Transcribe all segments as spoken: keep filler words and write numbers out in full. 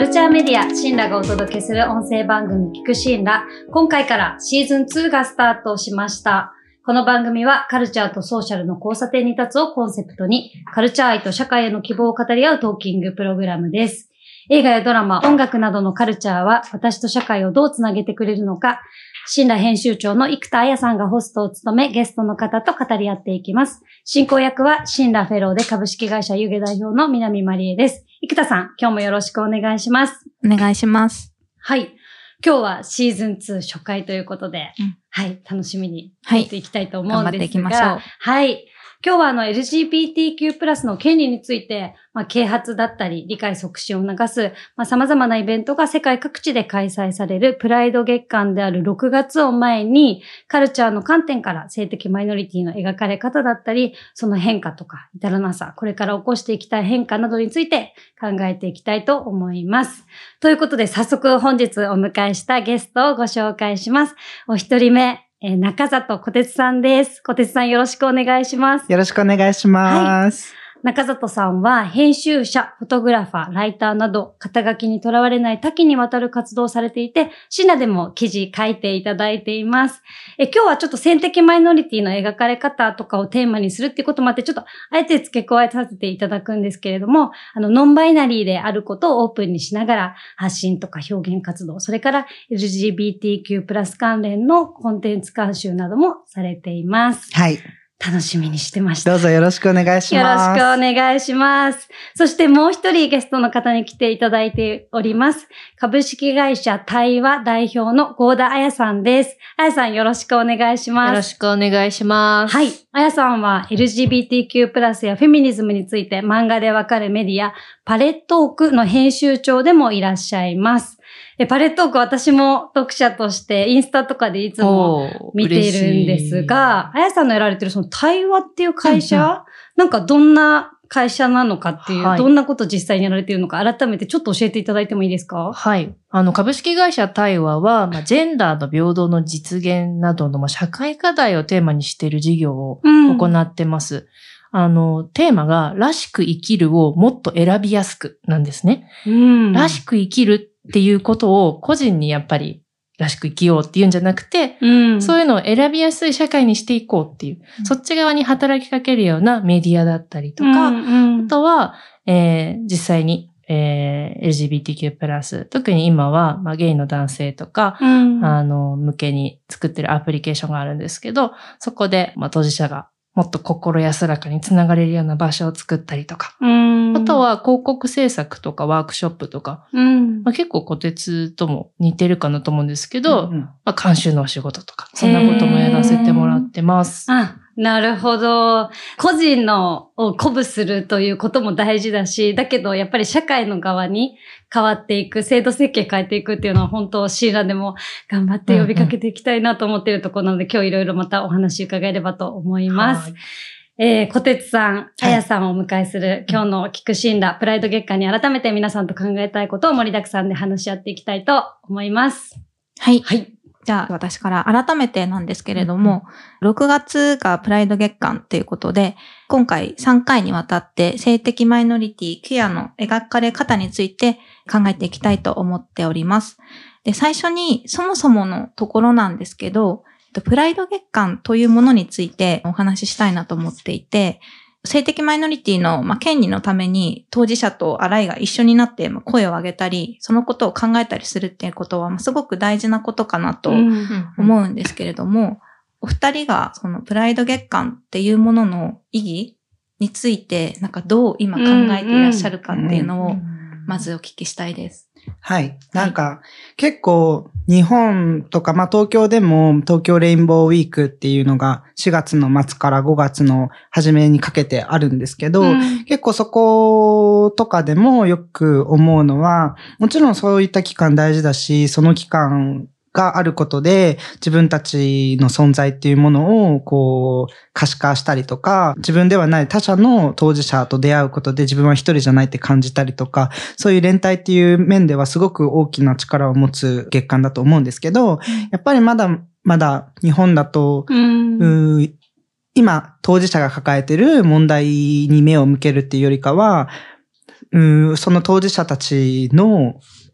ルチャーメディア、シンラがお届けする音声番組聞くシンラ。今回からシーズンツーがスタートしました。この番組はカルチャーとソーシャルの交差点に立つをコンセプトに、カルチャー愛と社会への希望を語り合うトーキングプログラムです。映画やドラマ、音楽などのカルチャーは私と社会をどうつなげてくれるのか、シンラ編集長の生田彩さんがホストを務め、ゲストの方と語り合っていきます。進行役はシンラフェローで株式会社ユゲ代表の南まりえです。生田さん、今日もよろしくお願いします。 お願いします。 はい。今日はシーズンツー初回ということで、うん、はい、楽しみにやっていきたいと思うんですが、 頑張っていきましょう。 はい。今日はあの エルジービーティーキュー プラスの権利について、まあ、啓発だったり理解促進を促す、まあ、様々なイベントが世界各地で開催されるプライド月間であるろくがつを前に、カルチャーの観点から性的マイノリティの描かれ方だったり、その変化とか至らなさ、これから起こしていきたい変化などについて考えていきたいと思います。ということで早速本日お迎えしたゲストをご紹介します。お一人目。えー、中里小鉄さんです。小鉄さんよろしくお願いします。 よろしくお願いします。 はい、中里さんは編集者、フォトグラファー、ライターなど肩書きにとらわれない多岐にわたる活動をされていて、シナでも記事書いていただいています。え今日はちょっと性的マイノリティの描かれ方とかをテーマにするっていうこともあって、ちょっとあえて付け加えさせていただくんですけれども、あのノンバイナリーであることをオープンにしながら発信とか表現活動、それから エルジービーティーキュー プラス関連のコンテンツ監修などもされています。 はい。 楽しみにしてました。 どうぞよろしくお願いします。 よろしくお願いします。そしてもう一人ゲストの方に来ていただいております。株式会社対話代表の合田彩さんです。彩さんよろしくお願いします。 よろしくお願いします。 はい。彩さんは エルジービーティーキュー プラスやフェミニズムについて漫画でわかるメディアパレットークの編集長でもいらっしゃいます。えパレットーク私も読者としてインスタとかでいつも見ているんですが、あやさんのやられてるその対話っていう会社、うんうん、なんかどんな会社なのかっていう、はい、どんなこと実際にやられているのか改めてちょっと教えていただいてもいいですか？ はい。あの、株式会社対話は、まあ、ジェンダーの平等の実現などの、まあ、社会課題をテーマにしている事業を行ってます。うんあの、テーマが、らしく生きるをもっと選びやすくなんですね。うん、らしく生きるっていうことを個人にやっぱりらしく生きようっていうんじゃなくて、うん、そういうのを選びやすい社会にしていこうっていう、うん、そっち側に働きかけるようなメディアだったりとか、うんうん、あとは、えー、実際に、えー、エルジービーティーキュー プラス、特に今は、まあ、ゲイの男性とか、うん、あの、向けに作ってるアプリケーションがあるんですけど、そこで、まあ、当事者がもっと心安らかにつながれるような場所を作ったりとか。うんあとは広告制作とかワークショップとか。うんまあ、結構小鉄とも似てるかなと思うんですけど、うんうんまあ、監修のお仕事とか、そんなこともやらせてもらってます。 あなるほど。個人のを鼓舞するということも大事だし、だけどやっぱり社会の側に変わっていく、制度設計変えていくっていうのは本当シーラでも頑張って呼びかけていきたいなと思っているところなので、うんうん、今日いろいろまたお話伺えればと思います。えー、小鉄さん、あやさんをお迎えする今日の聞くシンラ、プライド月間に改めて皆さんと考えたいことを盛りだくさんで話し合っていきたいと思います。 はい。はい。じゃあ私から改めてなんですけれども、うん、ろくがつがプライド月間ということで、今回さんかいにわたって性的マイノリティ、クィアの描かれ方について考えていきたいと思っております。で、最初にそもそものところなんですけど、プライド月間というものについてお話ししたいなと思っていて、性的マイノリティの、まあ、権利のために当事者とアライが一緒になって声を上げたり、そのことを考えたりするっていうことは、まあ、すごく大事なことかなと思うんですけれども、うんうんうん、お二人がそのプライド月間っていうものの意義について、なんかどう今考えていらっしゃるかっていうのを、まずお聞きしたいです。 はい。なんか、はい、結構、日本とか、まあ、東京でも、東京レインボーウィークっていうのがしがつの末からごがつの初めにかけてあるんですけど、うん、結構そことかでもよく思うのは、もちろんそういった期間大事だし、その期間があることで自分たちの存在っていうものをこう可視化したりとか、自分ではない他者の当事者と出会うことで自分は一人じゃないって感じたりとか、そういう連帯っていう面ではすごく大きな力を持つ月間だと思うんですけど、やっぱりまだまだ日本だと、うんう今当事者が抱えている問題に目を向けるっていうよりかは、うその当事者たちの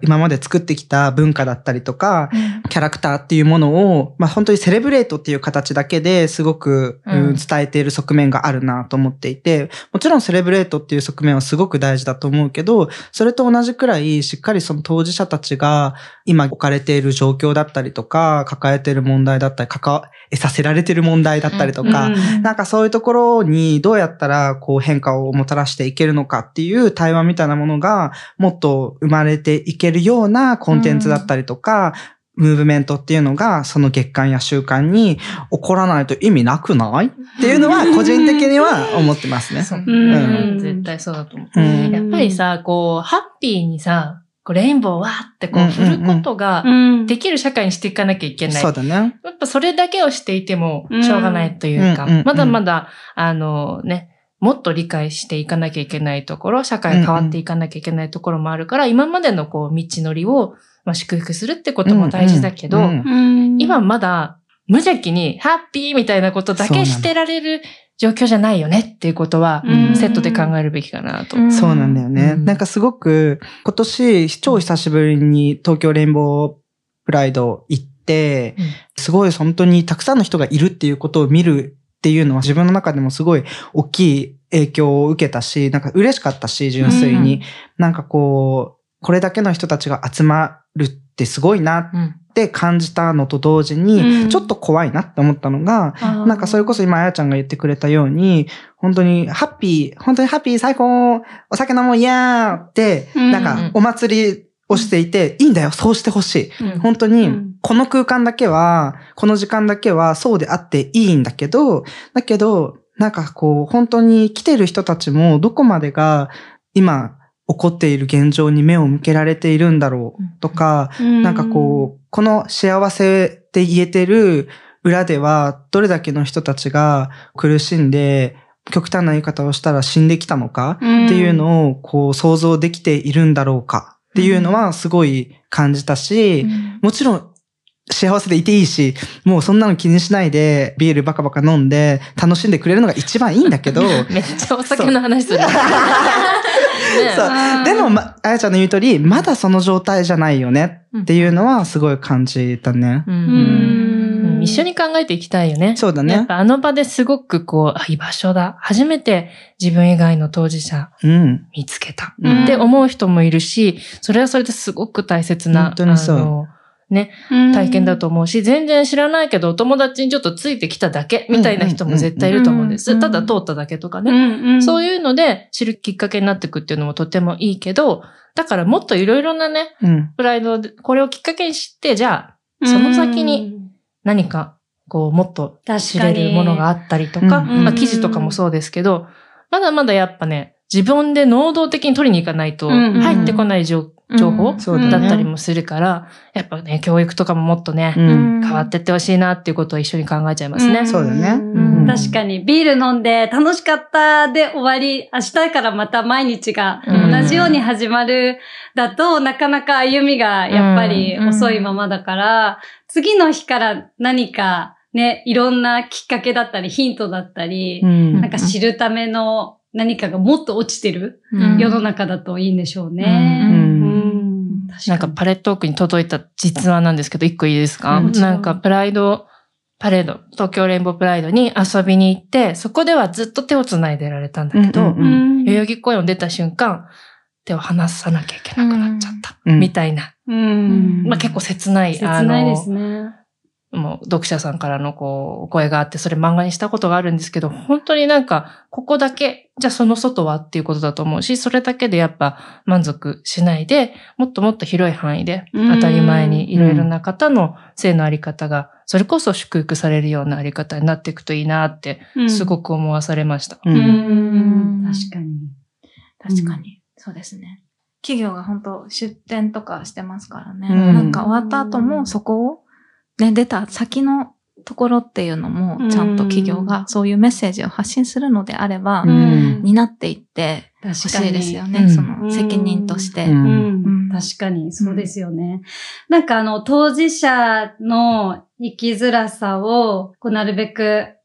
今まで作ってきた文化だったりとか、うん、キャラクターっていうものを、まあ本当にセレブレートっていう形だけですごく、うん、伝えている側面があるなと思っていて、もちろんセレブレートっていう側面はすごく大事だと思うけど、それと同じくらいしっかりその当事者たちが今置かれている状況だったりとか、抱えている問題だったり、関わさせられている問題だったりとか、うん、なんかそういうところにどうやったらこう変化をもたらしていけるのかっていう対話みたいなものがもっと生まれていけるようなコンテンツだったりとか、うん、ムーブメントっていうのがその月間や週間に起こらないと意味なくないっていうのは個人的には思ってますね。 そう、うん、絶対そうだと思う。うん、やっぱりさ、こう、ハッピーにさ、こうレインボーわーってこう振ることができる社会にしていかなきゃいけない。 そうだね。 やっぱそれだけをしていてもしょうがないというか、まだまだ、あのね、もっと理解していかなきゃいけないところ、社会が変わっていかなきゃいけないところもあるから、今までのこう道のりをまあ祝福するってことも大事だけど、今まだ無邪気にハッピーみたいなことだけしてられる状況じゃないよねっていうことは、セットで考えるべきかなと。 そうなんだよね。うん、なんかすごく、今年、超久しぶりに東京レインボープライド行って、うん、すごい本当にたくさんの人がいるっていうことを見るっていうのは自分の中でもすごい大きい影響を受けたし、なんか嬉しかったし、純粋に。うん、なんかこう、これだけの人たちが集まるってすごいなって感じたのと同時に、ちょっと怖いなって思ったのが、うん、なんかそれこそ今あやちゃんが言ってくれたように、本当にハッピー、本当にハッピー最高、お酒飲もういやーって、なんかお祭りをしていて、いいんだよ、そうしてほしい。うん、本当に、この空間だけは、この時間だけはそうであっていいんだけど、だけど、なんかこう、本当に来てる人たちもどこまでが今、起こっている現状に目を向けられているんだろうとか、うん、なんかこう、この幸せって言えてる裏では、どれだけの人たちが苦しんで、極端な言い方をしたら死んできたのかっていうのをこう想像できているんだろうかっていうのはすごい感じたし、うん、もちろん幸せでいていいし、もうそんなの気にしないでビールバカバカ飲んで楽しんでくれるのが一番いいんだけど。 めっちゃお酒の話する。 そう。でも、ま、あやちゃんの言う通り、まだその状態じゃないよねっていうのはすごい感じたね。 うんうん、一緒に考えていきたいよね。 そうだね。 やっぱあの場ですごくこう、居場所だ。初めて自分以外の当事者見つけた、うん、って思う人もいるし、それはそれですごく大切な、 本当にそう。 あのね、体験だと思うし、全然知らないけどお友達にちょっとついてきただけみたいな人も絶対いると思うんです。うんうんうん、ただ通っただけとかね、うんうん。そういうので知るきっかけになっていくっていうのもとてもいいけど、だからもっといろいろなね、うん、プライドで、これをきっかけに知って、じゃあ、その先に何か、こう、もっと知れるものがあったりとか、まあ、記事とかもそうですけど、まだまだやっぱね、自分で能動的に取りに行かないと入ってこない情報だったりもするから、やっぱね、教育とかももっとね、変わってってほしいなっていうことを一緒に考えちゃいますね。 そうだね。 確かに、ビール飲んで楽しかったで終わり、明日からまた毎日が同じように始まるだと、なかなか歩みがやっぱり遅いままだから、次の日から何かね、いろんなきっかけだったり、ヒントだったり、なんか知るための何かがもっと落ちてる世の中だといいんでしょうね。うんうん、なんかパレットークに届いた実話なんですけど、一個いいですか？うん、なんかプライド、パレード、東京レインボープライドに遊びに行って、そこではずっと手をつないでられたんだけど、うんうんうん、代々木公園を出た瞬間、手を離さなきゃいけなくなっちゃった。うん、みたいな。うんまあ、結構切ない。 切ないですね。 もう読者さんからのこう、お声があって、それ漫画にしたことがあるんですけど、本当になんか、ここだけ、じゃあその外はっていうことだと思うし、それだけでやっぱ満足しないで、もっともっと広い範囲で、当たり前にいろいろな方の性のあり方が、それこそ祝福されるようなあり方になっていくといいなって、すごく思わされました。 うん。うん確かに。 確かに。そうですね。企業が本当出店とかしてますからね。なんか終わった後もそこを、ね、出た先のところっていうのも、ちゃんと企業がそういうメッセージを発信するのであれば、担っていってほしいですよね。その責任として。 確かに、そうですよね。なんかあの、当事者の生きづらさを、こうなるべく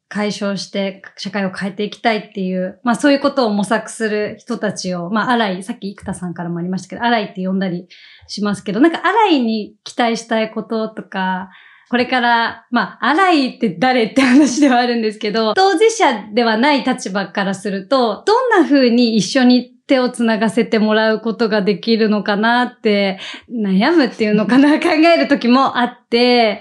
解消して社会を変えていきたいっていう、まあそういうことを模索する人たちを、まあアライ、さっき生田さんからもありましたけど、アライって呼んだりしますけど、なんかアライに期待したいこととか、これから、まあ、アライって誰って話ではあるんですけど、当事者ではない立場からすると、どんな風に一緒に手をつながせてもらうことができるのかなって悩むっていうのかな考える時もあって、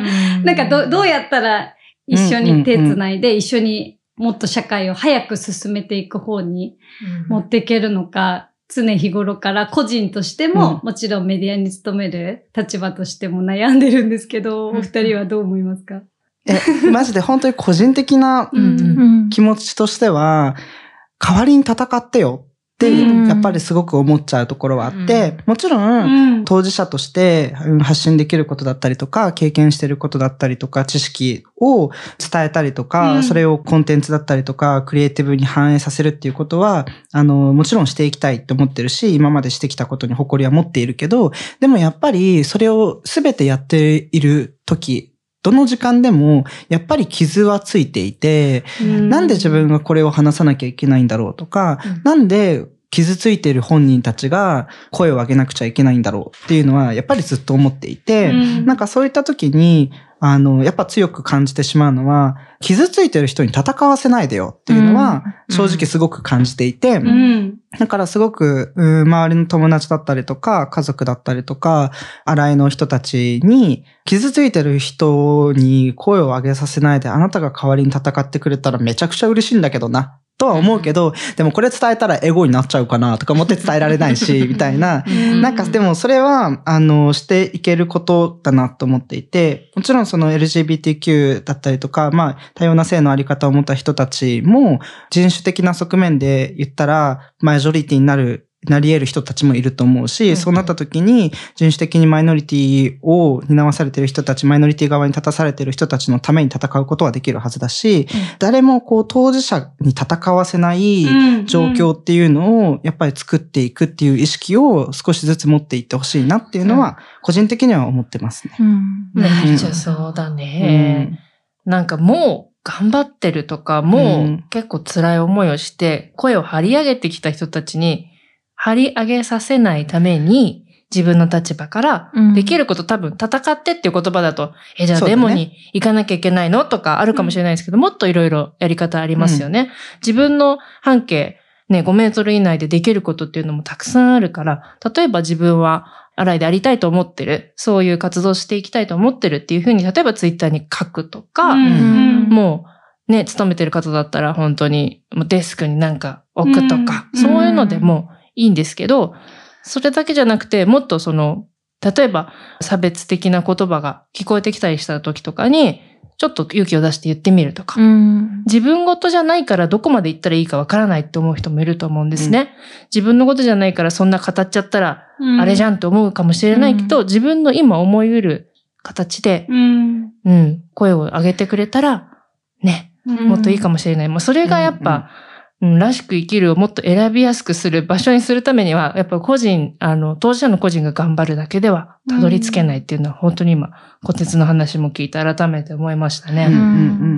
なんかど、どうやったら一緒に手つないで一緒にもっと社会を早く進めていく方に持っていけるのか、常日頃から個人としても、うん、もちろんメディアに勤める立場としても悩んでるんですけど、お二人はどう思いますか？ え、マジで本当に個人的な気持ちとしては、代わりに戦ってよって、やっぱりすごく思っちゃうところはあって、もちろん当事者として発信できることだったりとか、経験していることだったりとか、知識を伝えたりとか、それをコンテンツだったりとか、クリエイティブに反映させるっていうことは、あの、もちろんしていきたいって思ってるし、今までしてきたことに誇りは持っているけど、でもやっぱりそれをすべてやっているとき、どの時間でも、やっぱり傷はついていて、なんで自分がこれを話さなきゃいけないんだろうとか、うん、なんで傷ついている本人たちが声を上げなくちゃいけないんだろうっていうのは、やっぱりずっと思っていて、うん、なんかそういった時に、あの、やっぱ強く感じてしまうのは、傷ついてる人に戦わせないでよっていうのは、正直すごく感じていて、うん、だからすごく、周りの友達だったりとか、家族だったりとか、新井の人たちに、傷ついてる人に声を上げさせないで、あなたが代わりに戦ってくれたらめちゃくちゃ嬉しいんだけどな。とは思うけど、でもこれ伝えたらエゴになっちゃうかなとか思って伝えられないし、みたいな。なんかでもそれは、あの、していけることだなと思っていて、もちろんその エルジービーティーキュー だったりとか、まあ多様な性のあり方を持った人たちも人種的な側面で言ったら、マジョリティになる、なり得る人たちもいると思うし、うん、そうなった時に人種的にマイノリティを担わされている人たち、マイノリティ側に立たされている人たちのために戦うことはできるはずだし、うん、誰もこう当事者に戦わせない状況っていうのをやっぱり作っていくっていう意識を少しずつ持っていってほしいなっていうのは個人的には思ってますね。 うん、めっちゃそうだね。うん、なんかもう頑張ってるとか、もう結構辛い思いをして声を張り上げてきた人たちに張り上げさせないために、自分の立場からできること、うん、多分戦ってっていう言葉だと、え、じゃあデモに行かなきゃいけないのとかあるかもしれないですけど、うん、もっといろいろやり方ありますよね。うん、自分の半径ね、ごメートル以内でできることっていうのもたくさんあるから、例えば自分は新井でありたいと思ってる、そういう活動していきたいと思ってるっていうふうに、例えばツイッターに書くとか、うん、もうね、勤めてる方だったら本当にもうデスクになんか置くとか、うん、そういうのでもいいんですけど、それだけじゃなくて、もっとその、例えば差別的な言葉が聞こえてきたりした時とかに、ちょっと勇気を出して言ってみるとか、うん、自分事じゃないからどこまで言ったらいいかわからないって思う人もいると思うんですね。うん、自分のことじゃないからそんな語っちゃったら、あれじゃんって思うかもしれないけど、うん、自分の今思い得る形で、うんうん、声を上げてくれたら、ね、うん、もっといいかもしれない。もうそれがやっぱ、うんうんうん、らしく生きるをもっと選びやすくする場所にするためには、やっぱ個人、あの、当事者の個人が頑張るだけではたどり着けないっていうのは、本当に今、小鉄の話も聞いて改めて思いましたね。うんうんうん、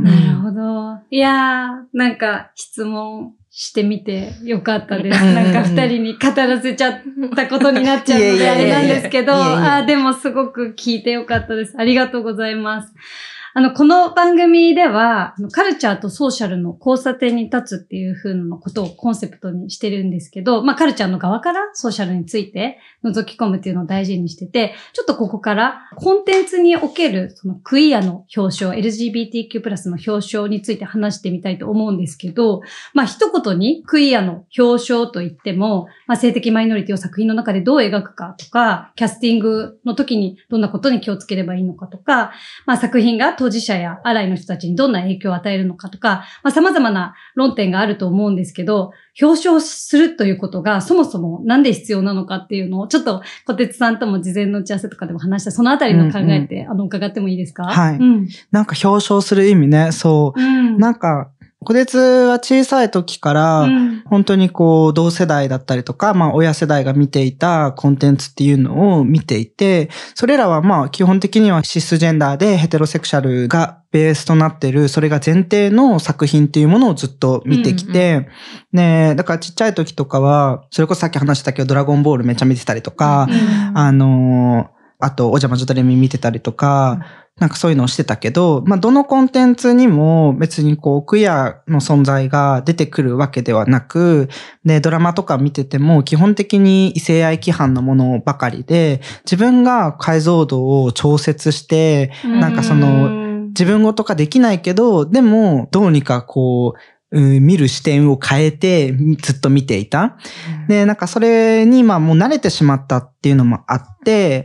なるほど。いやー、なんか質問してみてよかったです。なんか二人に語らせちゃったことになっちゃうのであれなんですけど、あー、でもすごく聞いてよかったです。ありがとうございます。あの、この番組では、カルチャーとソーシャルの交差点に立つっていう風なことをコンセプトにしてるんですけど、まあ、カルチャーの側からソーシャルについて覗き込むっていうのを大事にしてて、ちょっとここからコンテンツにおけるそのクイアの表彰、エルジービーティーキュー プラスの表彰について話してみたいと思うんですけど、まあ、一言にクイアの表彰といっても、まあ、性的マイノリティを作品の中でどう描くかとか、キャスティングの時にどんなことに気をつければいいのかとか、まあ、作品が当事者やアライの人たちにどんな影響を与えるのかとか、まあ、様々な論点があると思うんですけど、表彰するということがそもそもなんで必要なのかっていうのを、ちょっと小鉄さんとも事前の打ち合わせとかでも話した、そのあたりの考えて、うんうん、あの、伺ってもいいですか？ はい、うん。なんか表彰する意味ね、そう。うん、なんか、 こてつは小さい時から、うん、本当にこう、同世代だったりとか、まあ、親世代が見ていたコンテンツっていうのを見ていて、それらはまあ、基本的にはシスジェンダーでヘテロセクシャルがベースとなっている、それが前提の作品っていうものをずっと見てきて、うんうん、ね、だからちっちゃい時とかは、それこそさっき話したけど、ドラゴンボールめっちゃ見てたりとか、うん、あの、あと、おじゃまじょドレミ見てたりとか、うんなんかそういうのをしてたけど、まあ、どのコンテンツにも別にこう、クイアの存在が出てくるわけではなく、で、ドラマとか見てても基本的に異性愛規範のものばかりで、自分が解像度を調節して、なんかその、自分ごとかできないけど、でも、どうにかこう、うん、見る視点を変えてずっと見ていた。うん、で、なんかそれにまあもう慣れてしまったっていうのもあって、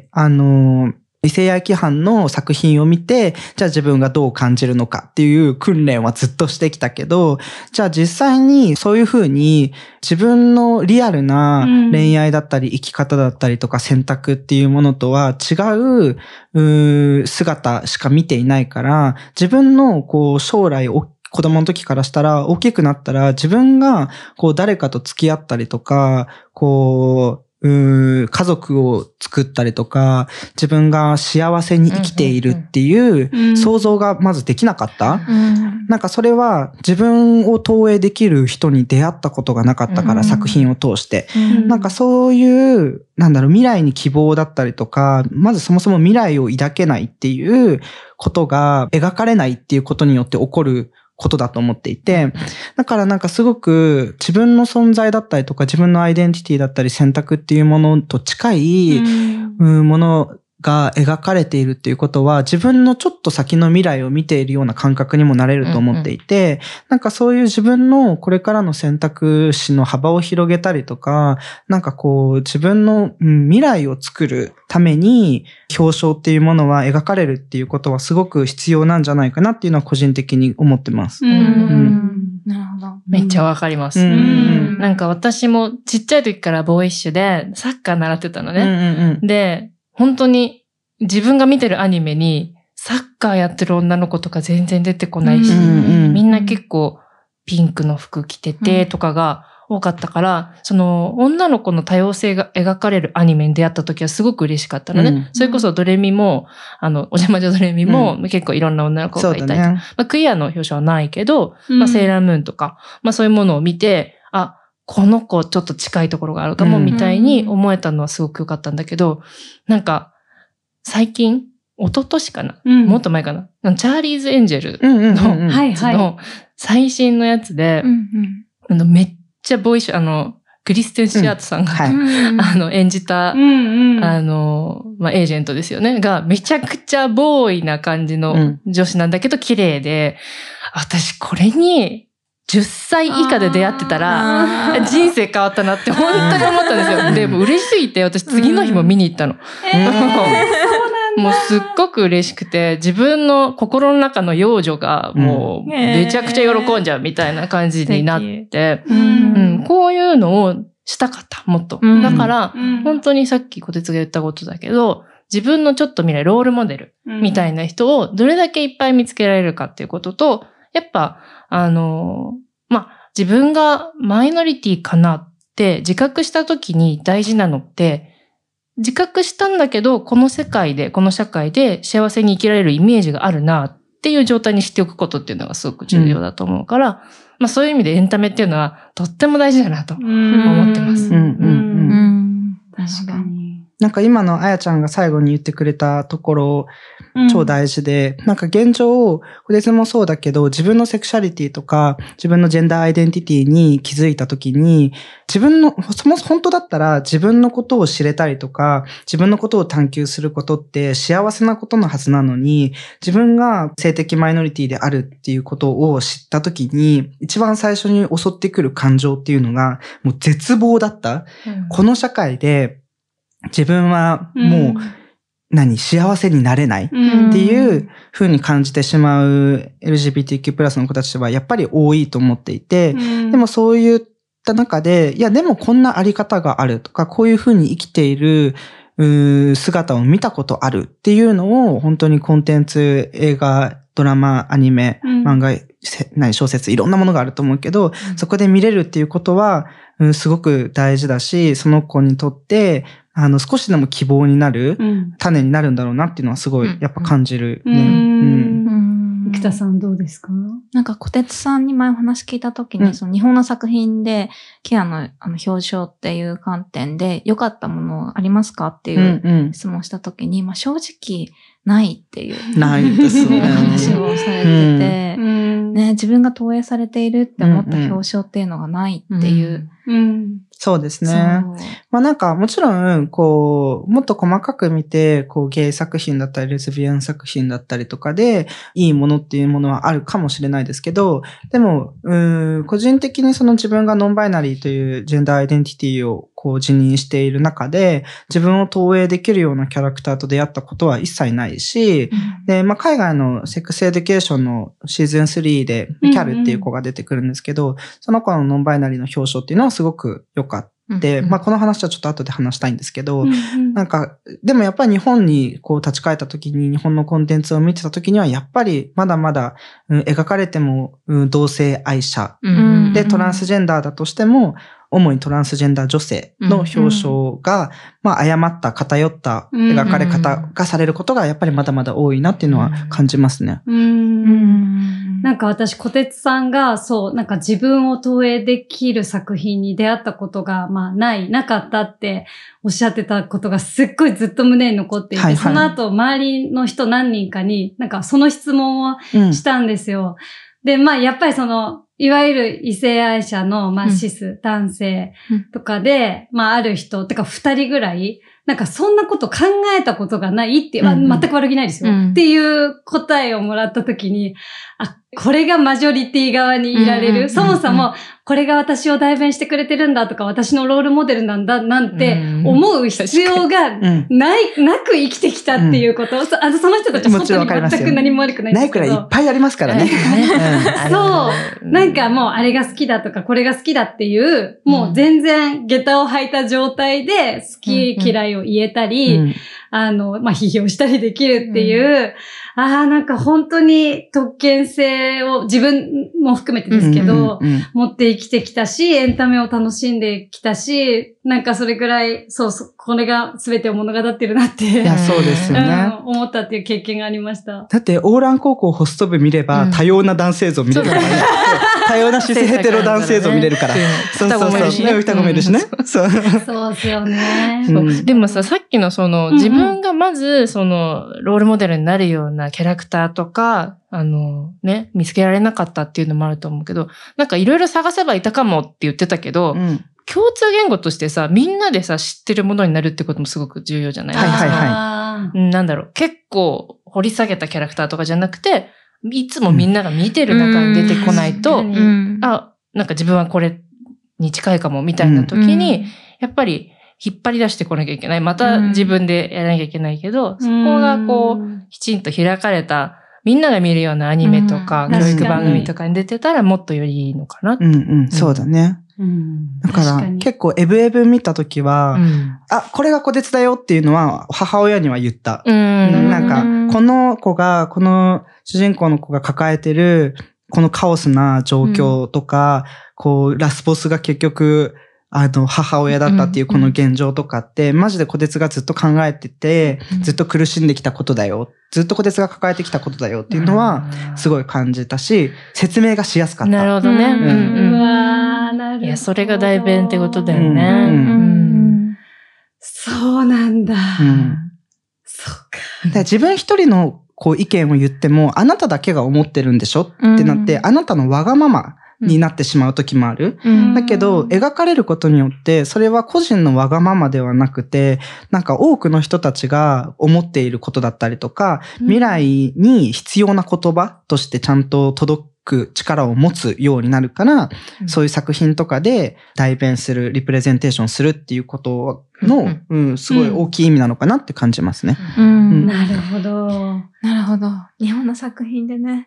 あの、異性愛規範の作品を見て、じゃあ自分がどう感じるのかっていう訓練はずっとしてきたけど、じゃあ実際にそういうふうに自分のリアルな恋愛だったり生き方だったりとか選択っていうものとは違う、うー姿しか見ていないから、自分のこう将来を子供の時からしたら大きくなったら自分がこう誰かと付き合ったりとか、こう、うー家族を作ったりとか、自分が幸せに生きているっていう想像がまずできなかった。うんうんうん、なんかそれは自分を投影できる人に出会ったことがなかったから、うん、作品を通して、うん。なんかそういう、なんだろう、未来に希望だったりとか、まずそもそも未来を抱けないっていうことが描かれないっていうことによって起こることだと思っていて、だからなんかすごく自分の存在だったりとか自分のアイデンティティだったり選択っていうものと近いものが描かれているっていうことは自分のちょっと先の未来を見ているような感覚にもなれると思っていて、うんうん、なんかそういう自分のこれからの選択肢の幅を広げたりとか、なんかこう自分の未来を作るために表彰っていうものは描かれるっていうことはすごく必要なんじゃないかなっていうのは個人的に思ってます。 うんうん、なるほど。 めっちゃわかります。うんうん、なんか私もちっちゃい時からボーイッシュでサッカー習ってたのね。うんうんうん、で、本当に自分が見てるアニメにサッカーやってる女の子とか全然出てこないし、うんうん、みんな結構ピンクの服着ててとかが多かったから、うん、その女の子の多様性が描かれるアニメに出会った時はすごく嬉しかったのね。うん、それこそドレミも、あの、おじゃまじょドレミも結構いろんな女の子がいたりとか、ね、まあ、クイアの表彰はないけど、うん、まあ、セーラームーンとか、まあそういうものを見て、あ、この子ちょっと近いところがあるかもみたいに思えたのはすごく良かったんだけど、なんか、最近、一昨年かな、うん、もっと前かなチャーリーズ・エンジェルの、の最新のやつで、うんうん、めっちゃボーイッシュ、あの、クリステン・シアートさんが、うんはい、あの、演じた、うんうん、あの、まあ、エージェントですよね、が、めちゃくちゃボーイな感じの女子なんだけど、綺麗で、私これに、じゅっさい以下で出会ってたら、人生変わったなって本当に思ったんですよ。で、も嬉しすぎて、私次の日も見に行ったの。うんえー、もうすっごく嬉しくて、自分の心の中の幼女がもうめちゃくちゃ喜んじゃうみたいな感じになって、うんうん、こういうのをしたかった、もっと。だから、うん、本当にさっき小鉄が言ったことだけど、自分のちょっと未来、ロールモデルみたいな人をどれだけいっぱい見つけられるかっていうことと、やっぱ、あの、まあ、自分がマイノリティかなって自覚した時に大事なのって、自覚したんだけど、この世界で、この社会で幸せに生きられるイメージがあるなっていう状態にしておくことっていうのがすごく重要だと思うから、うん、まあそういう意味でエンタメっていうのはとっても大事だなと思ってます。うんうんうん、 確かに。なんか今のあやちゃんが最後に言ってくれたところ、超大事で、うん、なんか現状、これもそうだけど、自分のセクシャリティとか、自分のジェンダーアイデンティティに気づいたときに、自分の、そもそも本当だったら自分のことを知れたりとか、自分のことを探求することって幸せなことのはずなのに、自分が性的マイノリティであるっていうことを知ったときに、一番最初に襲ってくる感情っていうのが、もう絶望だった。うん、この社会で、自分はもう、うん、何、幸せになれないっていう風に感じてしまう エルジービーティーキュー プラスの子たちはやっぱり多いと思っていて、うん、でもそういった中で、いやでもこんなあり方があるとか、こういう風に生きている姿を見たことあるっていうのを本当にコンテンツ、映画、ドラマ、アニメ、漫画何小説いろんなものがあると思うけど、うん、そこで見れるっていうことは、うん、すごく大事だし、その子にとってあの少しでも希望になる、うん、種になるんだろうなっていうのはすごいやっぱ感じるね。うんうん、生田さんどうですか？ なんか小鉄さんに前お話聞いたときに、うん、その日本の作品でケアのあの表彰っていう観点で良かったものありますかっていう質問したときに、うんうん、まあ正直ないっていうないですね話をされてて、うんね、自分が投影されているって思った表彰っていうのがないっていう。 うんうん、そうですね。まあなんかもちろん、こう、もっと細かく見て、こう、ゲイ作品だったり、レズビアン作品だったりとかで、いいものっていうものはあるかもしれないですけど、でも、うーん、個人的にその自分がノンバイナリーというジェンダーアイデンティティをこう自認している中で、自分を投影できるようなキャラクターと出会ったことは一切ないし、うん、で、まあ海外のセックスエデュケーションのシーズンスリーで、キャルっていう子が出てくるんですけど、うんうん、その子のノンバイナリーの表彰っていうのはすごく良かった。で、まあこの話はちょっと後で話したいんですけど、うんうん、なんか、でもやっぱり日本にこう立ち返った時に、日本のコンテンツを見てた時には、やっぱりまだまだ、うん、描かれても、うん、同性愛者、うんうん、でトランスジェンダーだとしても、主にトランスジェンダー女性の表彰が、うんうん、まあ誤った偏った描かれ方がされることがやっぱりまだまだ多いなっていうのは感じますね。 うんうんなんか私、小鉄さんがそう、なんか自分を投影できる作品に出会ったことがまあない、なかったっておっしゃってたことがすっごいずっと胸に残っていて、はいはい、その後周りの人何人かになんかその質問をしたんですよ。うん、で、まあやっぱりその、いわゆる異性愛者の、まあ、シス、うん、男性とかで、うん、まあ、ある人、てか二人ぐらい、なんかそんなこと考えたことがないっていう、うん、まあ、全く悪気ないですよ、うん。っていう答えをもらったときに、あ、これがマジョリティ側にいられる。うん、そもそも、これが私を代弁してくれてるんだとか、私のロールモデルなんだなんて思う必要がない、なく生きてきたっていうこと。うん、そ, あのその人たちは本当に全く何も悪くないんですけど。 ないくらいいっぱいありますからね。 うん、そう。なんかもうあれが好きだとか、これが好きだっていう、もう全然下駄を履いた状態で好き嫌いを言えたり、うんうん、あの、まあ、批評したりできるっていう、うん、ああ、なんか本当に特権性を自分も含めてですけど、うんうんうん、持って生きてきたし、エンタメを楽しんできたし、なんかそれくらい、そうそう、これが全てを物語ってるなって。いや、そうですよね、 うん。思ったっていう経験がありました。 だって、オーラン高校ホスト部見れば、多様な男性像見れるからね。うん、多様なシスヘテロ男性像見れるから。 そうそうそう。双子もいるしね。 双子もいるしね。 そう。そうですよね。 そう。でもさ、さっきのその、自分がまず、その、ロールモデルになるようなキャラクターとか、あの、ね、見つけられなかったっていうのもあると思うけど、なんかいろいろ探せばいたかもって言ってたけど、うん、共通言語としてさ、みんなでさ、知ってるものになるってこともすごく重要じゃないですか。はいはいはい。なんだろう、結構掘り下げたキャラクターとかじゃなくて、いつもみんなが見てる中に出てこないと、うん、あ、なんか自分はこれに近いかもみたいな時に、うん、やっぱり引っ張り出してこなきゃいけない。また自分でやらなきゃいけないけど、うん、そこがこう、きちんと開かれた、みんなが見るようなアニメとか、教育番組とかに出てたらもっとよりいいのかなって。 うんうん、そうだね。うん、だから結構エブエブ見たときは、うん、あ、これが小鉄だよっていうのは母親には言った。うん、なんか、この子が、この主人公の子が抱えてる、このカオスな状況とか、うん、こう、ラスボスが結局、あの、母親だったっていうこの現状とかって、マジで小鉄がずっと考えてて、ずっと苦しんできたことだよ。ずっと小鉄が抱えてきたことだよっていうのは、すごい感じたし、説明がしやすかった。 なるほどね。うんうん、うわなるほど。いや、それが代弁ってことだよね。うんうんうん、 そうなんだ。うん、そうか。 自分一人のこう意見を言っても、あなただけが思ってるんでしょってなって、うん、あなたのわがままになってしまう時もある。うん、だけど、描かれることによって、それは個人のわがままではなくて、なんか多くの人たちが思っていることだったりとか、未来に必要な言葉としてちゃんと届く力を持つようになるから、うん、そういう作品とかで代弁する、リプレゼンテーションするっていうことの、うんうん、すごい大きい意味なのかなって感じますね。 うんうん、なるほど。 なるほど。日本の作品でね、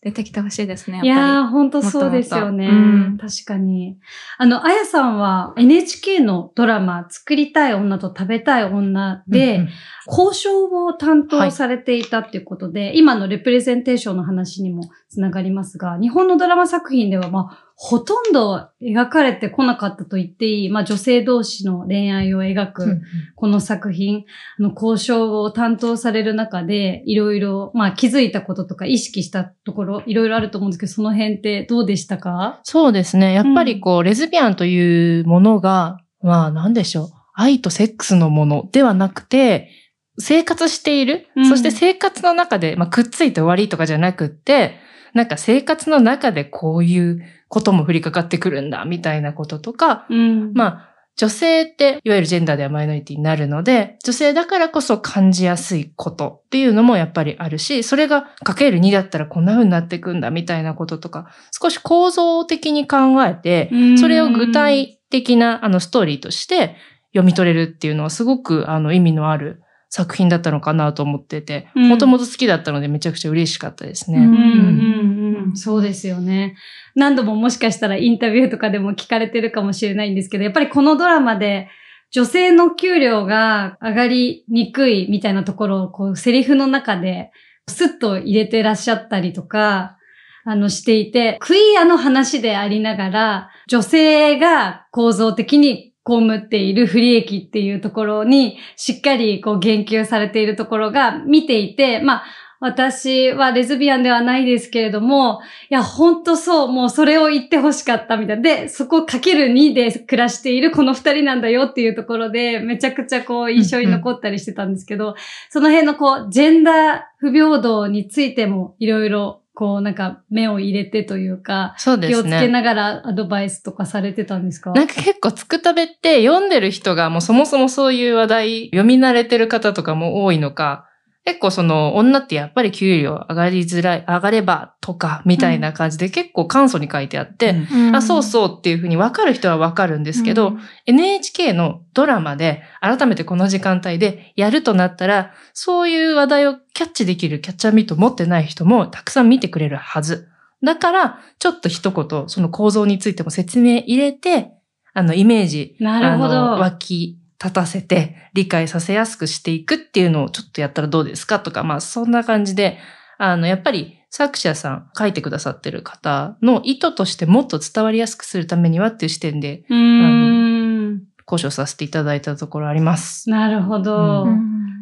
出てきてほしいですね、やっいぱり。 やー、ほんとそうですよね。 もっともっと確かに。あの、あやさんは エヌエイチケー のドラマ、作りたい女と食べたい女で、 うんうん交渉を担当されていたっていうことで、はい、今のレプレゼンテーションの話にもつながりますが、日本のドラマ作品では、まあ、ほとんど描かれてこなかったと言っていい、まあ、女性同士の恋愛を描く、この作品、あの、交渉を担当される中で、いろいろ、まあ、気づいたこととか意識したところ、いろいろあると思うんですけど、その辺ってどうでしたか？ そうですね。やっぱりこう、うん、レズビアンというものが、まあ、なんでしょう。愛とセックスのものではなくて、生活している、うん、そして生活の中で、まあ、くっついて終わりとかじゃなくって、なんか生活の中でこういうことも降りかかってくるんだ、みたいなこととか、うん、まあ、女性って、いわゆるジェンダーではマイノリティになるので、女性だからこそ感じやすいことっていうのもやっぱりあるし、それがかけるにだったらこんな風になっていくんだ、みたいなこととか、少し構造的に考えて、それを具体的なあのストーリーとして読み取れるっていうのはすごくあの意味のある作品だったのかなと思ってて、もともと好きだったのでめちゃくちゃ嬉しかったですね。うんうんうん、そうですよね。何度ももしかしたらインタビューとかでも聞かれてるかもしれないんですけど、やっぱりこのドラマで女性の給料が上がりにくいみたいなところをこうセリフの中でスッと入れてらっしゃったりとか、あのしていて、クイアの話でありながら、女性が構造的に被っている不利益っていうところにしっかりこう言及されているところが見ていて、まあ私はレズビアンではないですけれども、いや本当そう、もうそれを言ってほしかったみたいな。で、そこかけるにで暮らしているこの二人なんだよっていうところでめちゃくちゃこう印象に残ったりしてたんですけど、うんうん、その辺のこうジェンダー不平等についてもいろいろこうなんか目を入れてというか、そうですね、気をつけながらアドバイスとかされてたんですか？ なんか結構つくたべって読んでる人がもうそもそもそういう話題読み慣れてる方とかも多いのか、結構その女ってやっぱり給料上がりづらい、上がればとかみたいな感じで結構簡素に書いてあって、うん、あ、そうそうっていうふうに分かる人は分かるんですけど、うん、エヌエイチケー のドラマで改めてこの時間帯でやるとなったら、そういう話題をキャッチできるキャッチャーミート持ってない人もたくさん見てくれるはず。だから、ちょっと一言、その構造についても説明入れて、あの、イメージ、 なるほど。 あの、湧き立たせて、理解させやすくしていくっていうのをちょっとやったらどうですかとか、まあ、そんな感じで、あの、やっぱり作者さん、書いてくださってる方の意図としてもっと伝わりやすくするためにはっていう視点で、 うーん、 交渉させていただいたところあります。 なるほど。うん、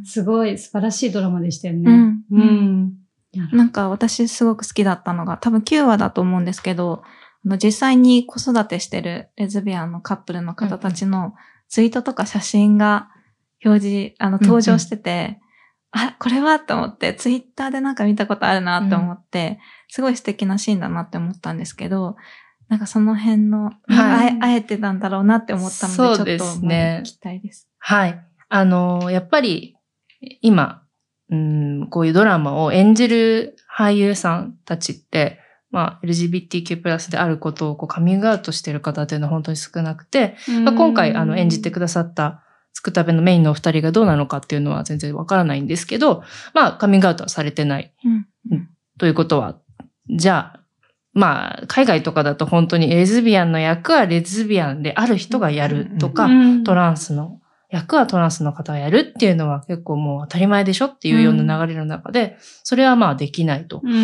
すごい素晴らしいドラマでしたよね。 うん。うんなんか私すごく好きだったのが、多分きゅうわだと思うんですけど、あの実際に子育てしてるレズビアンのカップルの方たちのツイートとか写真が表示、あの登場してて、うんうん、あ、これはと思って、ツイッターでなんか見たことあるなって思って、うん、すごい素敵なシーンだなって思ったんですけど、なんかその辺の、はい、あえてたんだろうなって思ったので、 そうですちょっと聞きたいです。 はい。あの、やっぱり今、うん、こういうドラマを演じる俳優さんたちって、まあ、エルジービーティーキュー プラスであることをこうカミングアウトしている方っていうのは本当に少なくて、まあ、今回あの演じてくださったつくたべのメインのお二人がどうなのかっていうのは全然わからないんですけど、まあ、カミングアウトはされてない。うん、ということは、じゃあ、まあ、海外とかだと本当にレズビアンの役はレズビアンである人がやるとか、トランスの役はトランスの方がやるっていうのは結構もう当たり前でしょっていうような流れの中で、それはまあできないと。うん、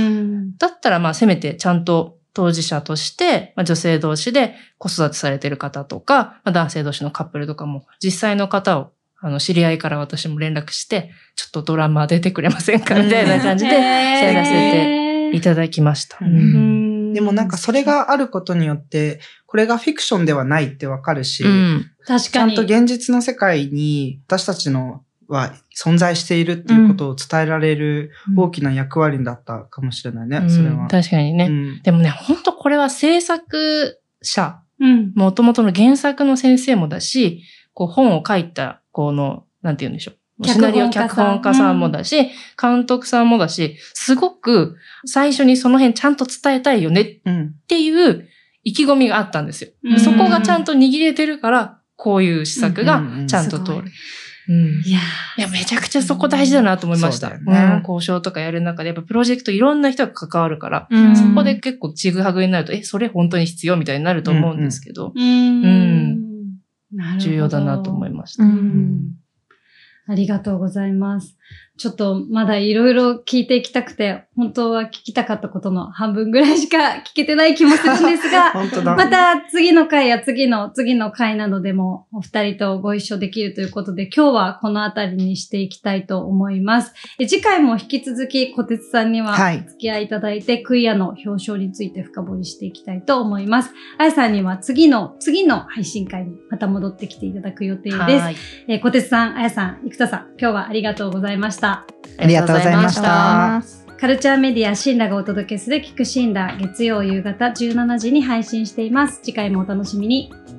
だったらまあせめてちゃんと当事者として、まあ、女性同士で子育てされてる方とか、まあ、男性同士のカップルとかも実際の方をあの知り合いから私も連絡して、ちょっとドラマ出てくれませんかみたいな感じでやらせていただきました。うん、 でもなんかそれがあることによって、これがフィクションではないってわかるし、うん、 確かに。 ちゃんと現実の世界に私たちのは存在しているっていうことを伝えられる大きな役割だったかもしれないね、うん、それは。 確かにね。うん、でもね、本当これは制作者、もともとの原作の先生もだし、こう本を書いた、この、なんて言うんでしょう。シナリオ脚本家さんもだし、うん、監督さんもだし、すごく最初にその辺ちゃんと伝えたいよねっていう意気込みがあったんですよ。うん、そこがちゃんと握れてるから、こういう施策がちゃんと通る。 うん、 いやいや、めちゃくちゃそこ大事だなと思いました。うん、交渉とかやる中で、やっぱプロジェクトいろんな人が関わるから、うん、そこで結構ちぐはぐになると、え、それ本当に必要みたいになると思うんですけど、うん、うん、重要だなと思いました。うん、 ありがとうございます。ちょっとまだいろいろ聞いていきたくて、本当は聞きたかったことの半分ぐらいしか聞けてない気もするんですが、 本当だ。 また次の回や次の次の回などでもお二人とご一緒できるということで、今日はこのあたりにしていきたいと思います。え次回も引き続き小鉄さんにはお付き合いいただいて、はい、クイアの表彰について深掘りしていきたいと思います。あやさんには次の次の配信会にまた戻ってきていただく予定です。え小鉄さん、あやさん、生田さん、今日はありがとうございました。 ありがとうございました。 カルチャーメディアシンラがお届けする聞くシンラ、月曜夕方じゅうしちじに配信しています。次回もお楽しみに。